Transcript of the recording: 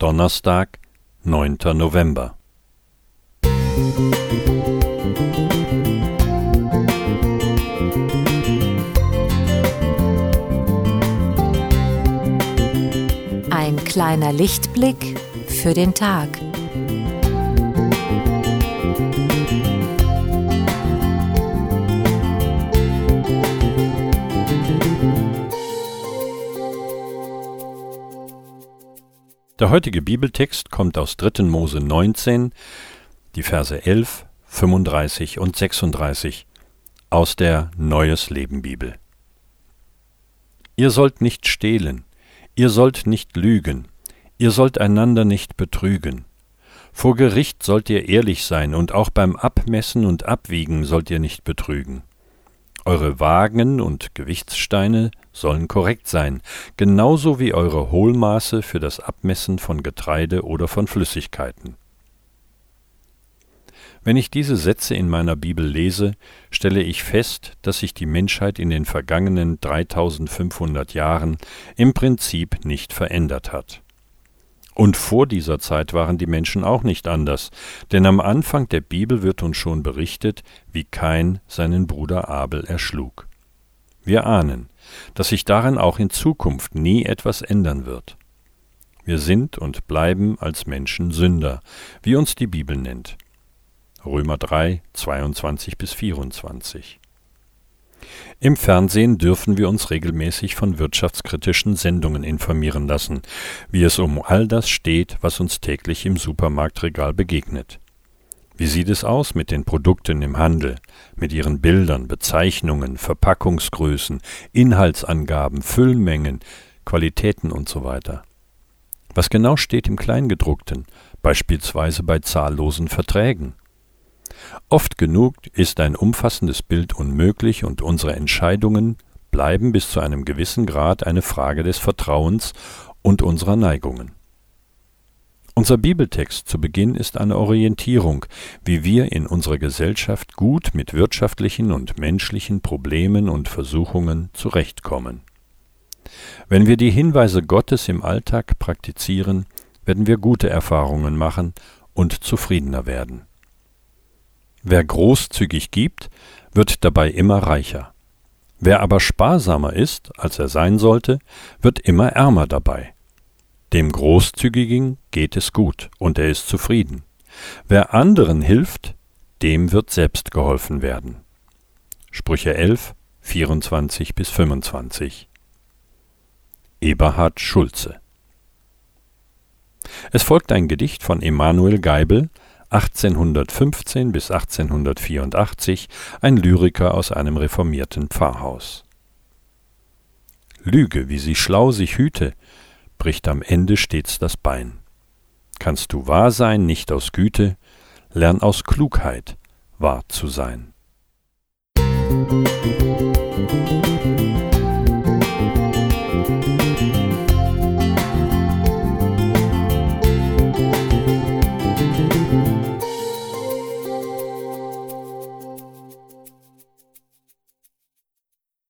Donnerstag, 9. November. Ein kleiner Lichtblick für den Tag. Der heutige Bibeltext kommt aus 3. Mose 19, die Verse 11, 35 und 36 aus der Neues Leben Bibel. Ihr sollt nicht stehlen, ihr sollt nicht lügen, ihr sollt einander nicht betrügen. Vor Gericht sollt ihr ehrlich sein und auch beim Abmessen und Abwiegen sollt ihr nicht betrügen. Eure Waagen und Gewichtssteine sollen korrekt sein, genauso wie eure Hohlmaße für das Abmessen von Getreide oder von Flüssigkeiten. Wenn ich diese Sätze in meiner Bibel lese, stelle ich fest, dass sich die Menschheit in den vergangenen 3500 Jahren im Prinzip nicht verändert hat. Und vor dieser Zeit waren die Menschen auch nicht anders, denn am Anfang der Bibel wird uns schon berichtet, wie Kain seinen Bruder Abel erschlug. Wir ahnen, dass sich daran auch in Zukunft nie etwas ändern wird. Wir sind und bleiben als Menschen Sünder, wie uns die Bibel nennt. Römer 3, 22-24. Im Fernsehen dürfen wir uns regelmäßig von wirtschaftskritischen Sendungen informieren lassen, wie es um all das steht, was uns täglich im Supermarktregal begegnet. Wie sieht es aus mit den Produkten im Handel, mit ihren Bildern, Bezeichnungen, Verpackungsgrößen, Inhaltsangaben, Füllmengen, Qualitäten und so weiter? Was genau steht im Kleingedruckten, beispielsweise bei zahllosen Verträgen? Oft genug ist ein umfassendes Bild unmöglich und unsere Entscheidungen bleiben bis zu einem gewissen Grad eine Frage des Vertrauens und unserer Neigungen. Unser Bibeltext zu Beginn ist eine Orientierung, wie wir in unserer Gesellschaft gut mit wirtschaftlichen und menschlichen Problemen und Versuchungen zurechtkommen. Wenn wir die Hinweise Gottes im Alltag praktizieren, werden wir gute Erfahrungen machen und zufriedener werden. Wer großzügig gibt, wird dabei immer reicher. Wer aber sparsamer ist, als er sein sollte, wird immer ärmer dabei. Dem Großzügigen geht es gut und er ist zufrieden. Wer anderen hilft, dem wird selbst geholfen werden. Sprüche 11, 24-25. Eberhard Schulze. Es folgt ein Gedicht von Emanuel Geibel, 1815 bis 1884, ein Lyriker aus einem reformierten Pfarrhaus. Lüge, wie sie schlau sich hüte, bricht am Ende stets das Bein. Kannst du wahr sein, nicht aus Güte, lern aus Klugheit wahr zu sein.